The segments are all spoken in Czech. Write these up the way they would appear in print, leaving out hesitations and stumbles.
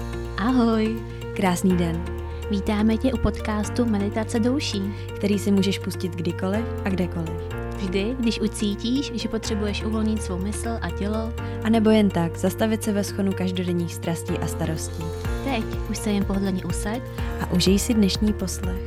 Ahoj, Krásný den, vítáme tě u podcastu Meditace do uší. který si můžeš pustit kdykoliv a kdekoliv. Vždy, když už cítíš, že potřebuješ uvolnit svou mysl a tělo, A nebo jen tak, zastavit se ve schonu každodenních strastí a starostí. teď už se jen pohodlně usaď A užij si dnešní poslech.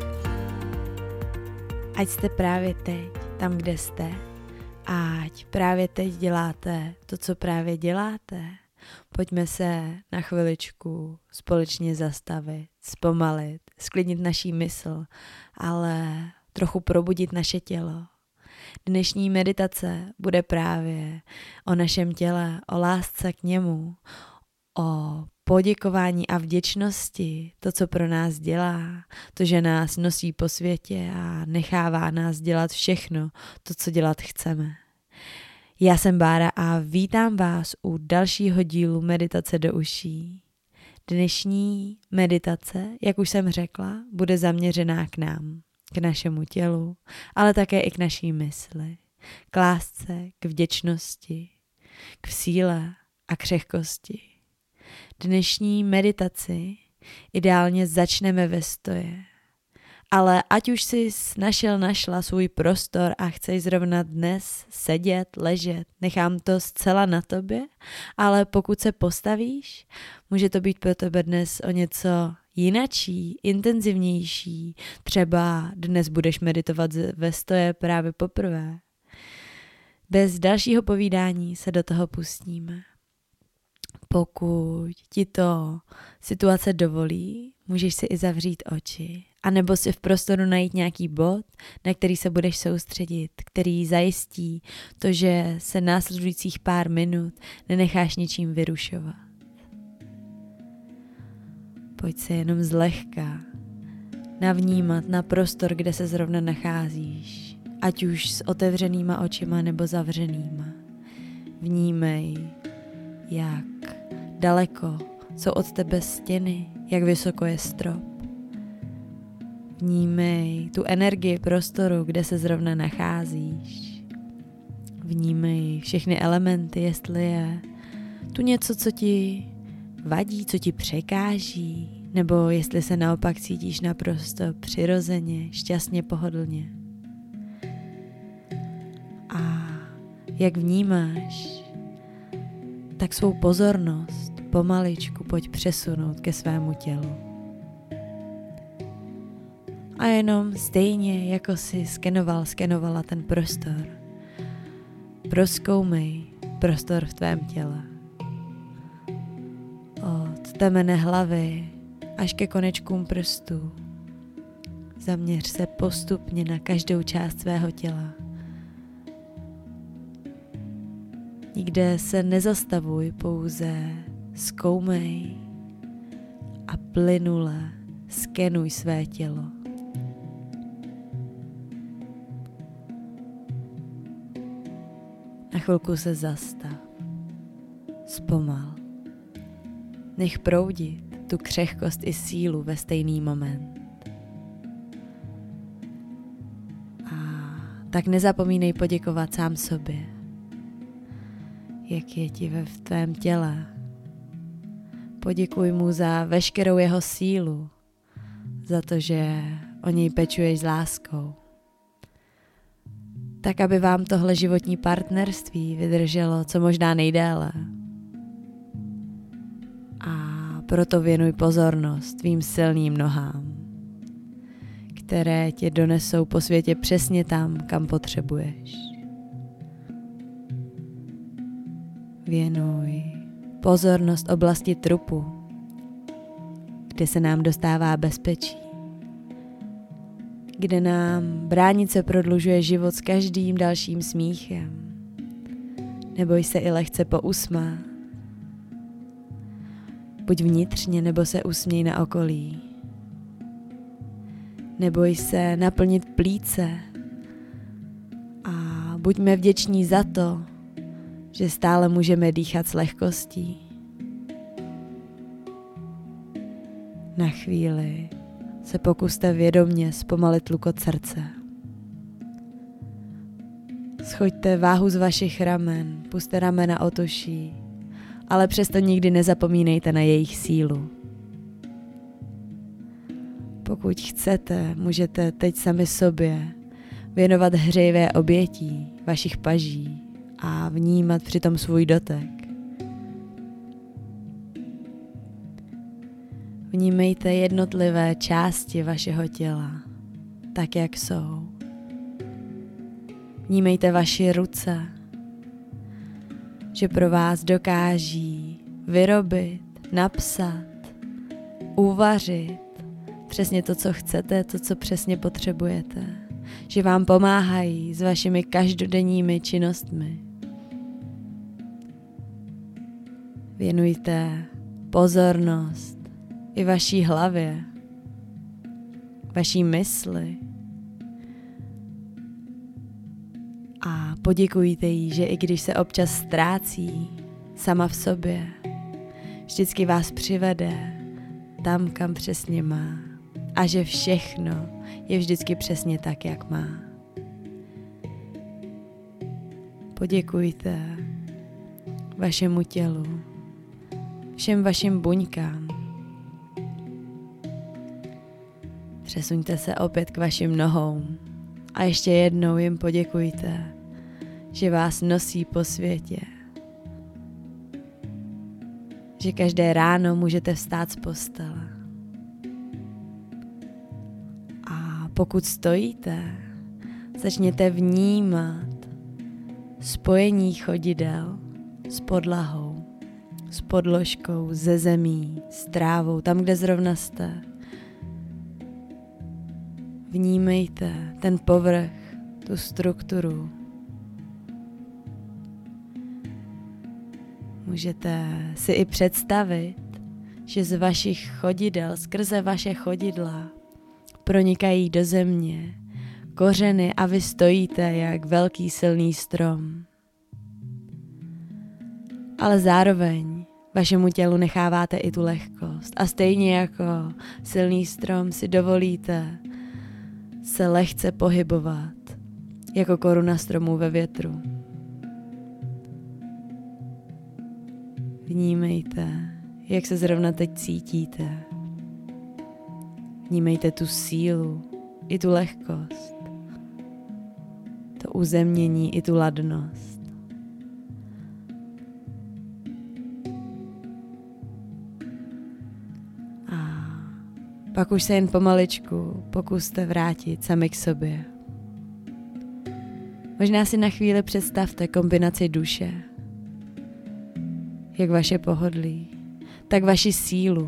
Ať jste právě teď, tam, kde jste. Ať právě teď děláte to, co právě děláte. Pojďme se na chviličku společně zastavit, zpomalit, sklidnit naší mysl, ale trochu probudit naše tělo. Dnešní meditace bude právě o našem těle, o lásce k němu, o poděkování a vděčnosti, to, co pro nás dělá, to, že nás nosí po světě a nechává nás dělat všechno, to, co dělat chceme. Já jsem Bára a vítám vás u dalšího dílu Meditace do uší. Dnešní meditace, jak už jsem řekla, bude zaměřená k nám, k našemu tělu, ale také i k naší mysli, k lásce, k vděčnosti, k síle a křehkosti. Dnešní meditaci ideálně začneme ve stoje. Ale ať už jsi našla svůj prostor a chceš zrovna dnes sedět, ležet, nechám to zcela na tobě, ale pokud se postavíš, může to být pro tebe dnes o něco jinačí, intenzivnější. Třeba dnes budeš meditovat ve stoje právě poprvé. Bez dalšího povídání se do toho pustíme. Pokud ti to situace dovolí, můžeš si i zavřít oči, anebo si v prostoru najít nějaký bod, na který se budeš soustředit, který zajistí to, že se následujících pár minut nenecháš ničím vyrušovat. Pojď se jenom zlehka navnímat na prostor, kde se zrovna nacházíš, ať už s otevřenýma očima nebo zavřenýma. Vnímej, jak daleko jsou od tebe stěny, jak vysoko je strop. Vnímej tu energii prostoru, kde se zrovna nacházíš. Vnímej všechny elementy, jestli je tu něco, co ti vadí, co ti překáží, nebo jestli se naopak cítíš naprosto přirozeně, šťastně, pohodlně. A jak vnímáš, tak svou pozornost pomaličku pojď přesunout ke svému tělu. A jenom stejně, jako si skenovala ten prostor, prozkoumej prostor v tvém těle. Od temene hlavy až ke konečkům prstů. Zaměř se postupně na každou část svého těla. Nikde se nezastavuj, pouze zkoumej a plynule skenuj své tělo. Na chvilku se zastav, zpomal. Nech proudit tu křehkost i sílu ve stejný moment. A tak nezapomínej poděkovat sám sobě, jak je ti v tvém těle. Poděkuj mu za veškerou jeho sílu, za to, že o něj pečuješ s láskou. Tak, aby vám tohle životní partnerství vydrželo co možná nejdéle. A proto věnuj pozornost tvým silným nohám, které tě donesou po světě přesně tam, kam potřebuješ. Věnuj pozornost oblasti trupu, kde se nám dostává bezpečí, kde nám bránice prodlužuje život s každým dalším smíchem. Neboj se i lehce pousmát. Buď vnitřně, nebo se usměj na okolí. Neboj se naplnit plíce a buďme vděční za to, že stále můžeme dýchat s lehkostí. Na chvíli se pokuste vědomně zpomalit tlukot srdce. Schoďte váhu z vašich ramen, pusťte ramena od uší, ale přesto nikdy nezapomínejte na jejich sílu. Pokud chcete, můžete teď sami sobě věnovat hřejivé obětí vašich paží a vnímat přitom svůj dotek. Vnímejte jednotlivé části vašeho těla, tak jak jsou. Vnímejte vaše ruce, že pro vás dokáží vyrobit, napsat, uvařit přesně to, co chcete, to, co přesně potřebujete. Že vám pomáhají s vašimi každodenními činnostmi. Věnujte pozornost i vaší hlavě, vaší mysli a poděkujte jí, že i když se občas ztrácí sama v sobě, vždycky vás přivede tam, kam přesně má a že všechno je vždycky přesně tak, jak má. Poděkujte vašemu tělu, všem vašim buňkám. Přesuňte se opět k vašim nohou a ještě jednou jim poděkujte, že vás nosí po světě. Že každé ráno můžete vstát z postele. A pokud stojíte, začněte vnímat spojení chodidel s podlahou, s podložkou, ze zemí, s trávou, tam, kde zrovna jste. Vnímejte ten povrch, tu strukturu. Můžete si i představit, že z vašich chodidel, skrze vaše chodidla, pronikají do země kořeny a vy stojíte jak velký silný strom. Ale zároveň vašemu tělu necháváte i tu lehkost a stejně jako silný strom si dovolíte se lehce pohybovat jako koruna stromu ve větru. Vnímejte, jak se zrovna teď cítíte. Vnímejte tu sílu i tu lehkost, to uzemnění i tu ladnost. A pak už se jen pomaličku pokuste vrátit sami k sobě. Možná si na chvíli představte kombinaci duše, jak vaše pohodlí, tak vaši sílu.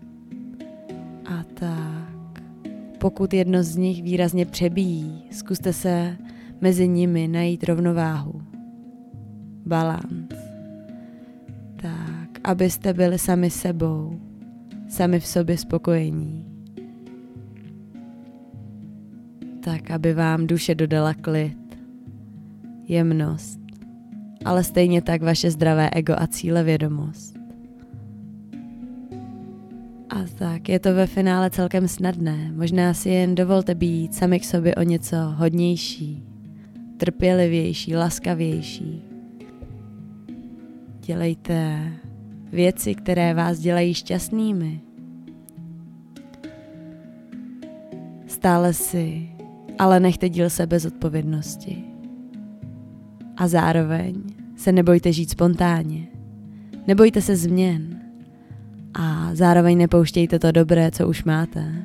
A tak, pokud jedno z nich výrazně přebíjí, zkuste se mezi nimi najít rovnováhu, balanc. Tak, abyste byli sami sebou, sami v sobě spokojení. Tak, aby vám duše dodala klid, jemnost, ale stejně tak vaše zdravé ego a cílevědomost. A tak je to ve finále celkem snadné. Možná si jen dovolte být sami k sobě o něco hodnější, trpělivější, laskavější. Dělejte věci, které vás dělají šťastnými. Stále si, ale nechte díl sebe zodpovědnosti. A zároveň se nebojte žít spontánně. Nebojte se změn. A zároveň nepouštějte to dobré, co už máte.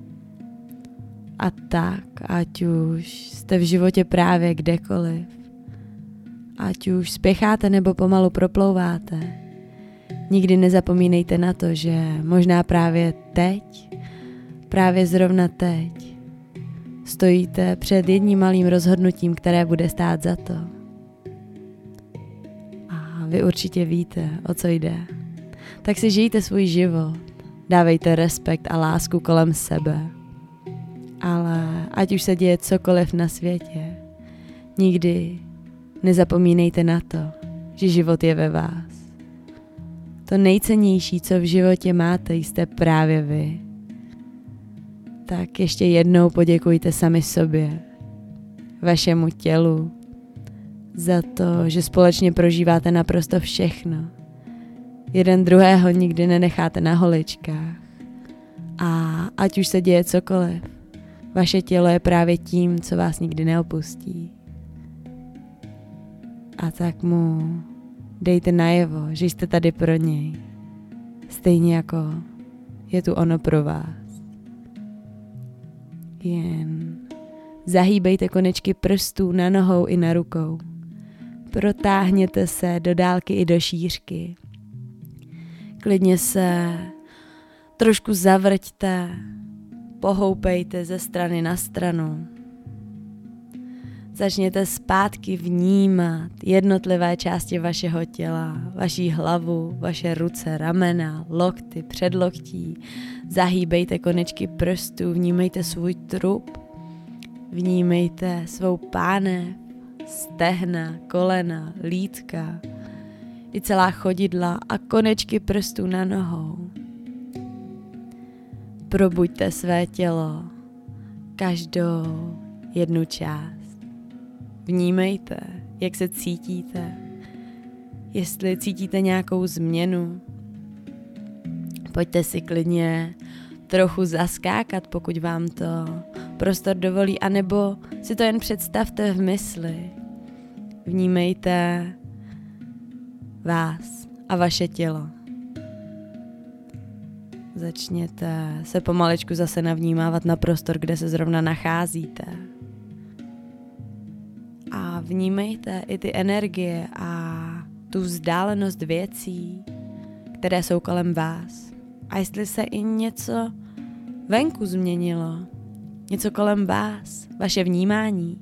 A tak, ať už jste v životě právě kdekoliv, ať už spěcháte nebo pomalu proplouváte, nikdy nezapomínejte na to, že možná právě teď, právě zrovna teď, stojíte před jedním malým rozhodnutím, které bude stát za to. A vy určitě víte, o co jde. Tak si žijte svůj život, dávejte respekt a lásku kolem sebe. Ale ať už se děje cokoliv na světě, nikdy nezapomínejte na to, že život je ve vás. To nejcennější, co v životě máte, jste právě vy. Tak ještě jednou poděkujte sami sobě, vašemu tělu, za to, že společně prožíváte naprosto všechno. Jeden druhého nikdy nenecháte na holičkách A ať už se děje cokoliv, vaše tělo je právě tím, co vás nikdy neopustí. A tak mu dejte najevo, že jste tady pro něj. Stejně jako je tu ono pro vás. Jen zahýbejte konečky prstů na nohou i na rukou. Protáhněte se do dálky i do šířky. Klidně se trošku zavrťte, pohoupejte ze strany na stranu. Začněte zpátky vnímat jednotlivé části vašeho těla, vaší hlavu, vaše ruce, ramena, lokty, předloktí. Zahýbejte konečky prstů, vnímejte svůj trup, vnímejte svou pánev, stehna, kolena, lítka i celá chodidla a konečky prstů na nohou. Probuďte své tělo, každou jednu část. Vnímejte, jak se cítíte, jestli cítíte nějakou změnu. Pojďte si klidně trochu zaskákat, pokud vám to prostor dovolí, anebo si to jen představte v mysli. Vnímejte vás a vaše tělo. Začněte se pomalečku zase navnímávat na prostor, kde se zrovna nacházíte. A vnímejte i ty energie a tu vzdálenost věcí, které jsou kolem vás. A jestli se i něco venku změnilo, něco kolem vás, vaše vnímání,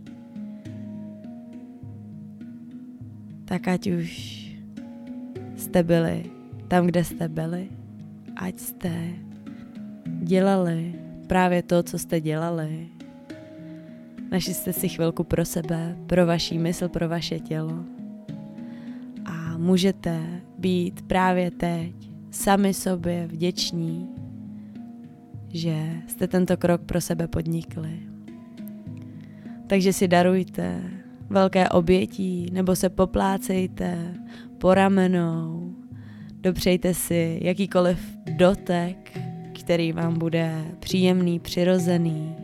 tak ať už jste byli tam, kde jste byli, ať jste dělali právě to, co jste dělali. Našli jste si chvilku pro sebe, pro vaši mysl, pro vaše tělo. A můžete být právě teď sami sobě vděční, že jste tento krok pro sebe podnikli. Takže si darujte velké obětí nebo se poplácejte po ramenou. Dopřejte si jakýkoliv dotek, který vám bude příjemný, přirozený.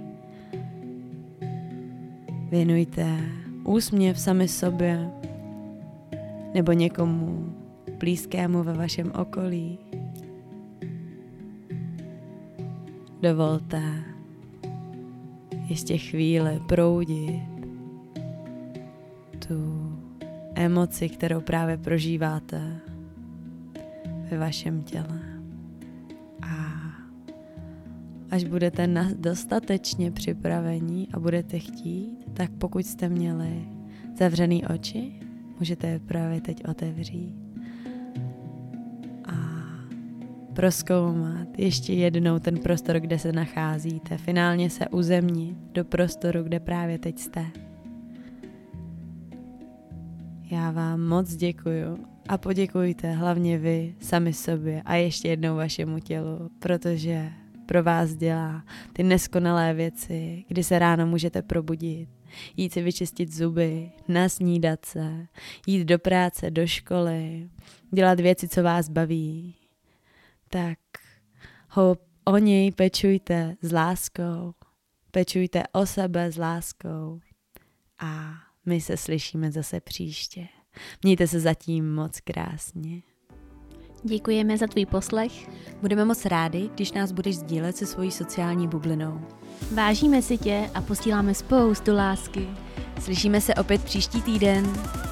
Věnujte úsměv sami sobě nebo někomu blízkému ve vašem okolí. Dovolte ještě chvíli proudit tu emoci, kterou právě prožíváte ve vašem těle. A až budete dostatečně připravení a budete chtít, tak pokud jste měli zavřený oči, můžete je právě teď otevřít a prozkoumat ještě jednou ten prostor, kde se nacházíte. Finálně se uzemnit do prostoru, kde právě teď jste. Já vám moc děkuju a poděkujte hlavně vy sami sobě a ještě jednou vašemu tělu, protože pro vás dělá ty neskonalé věci, kdy se ráno můžete probudit, jít si vyčistit zuby, nasnídat se, jít do práce, do školy, dělat věci, co vás baví. Tak o něj pečujte s láskou, pečujte o sebe s láskou a my se slyšíme zase příště. Mějte se zatím moc krásně. Děkujeme za tvůj poslech. Budeme moc rádi, když nás budeš sdílet se svojí sociální bublinou. Vážíme si tě a posíláme spoustu lásky. Slyšíme se opět příští týden.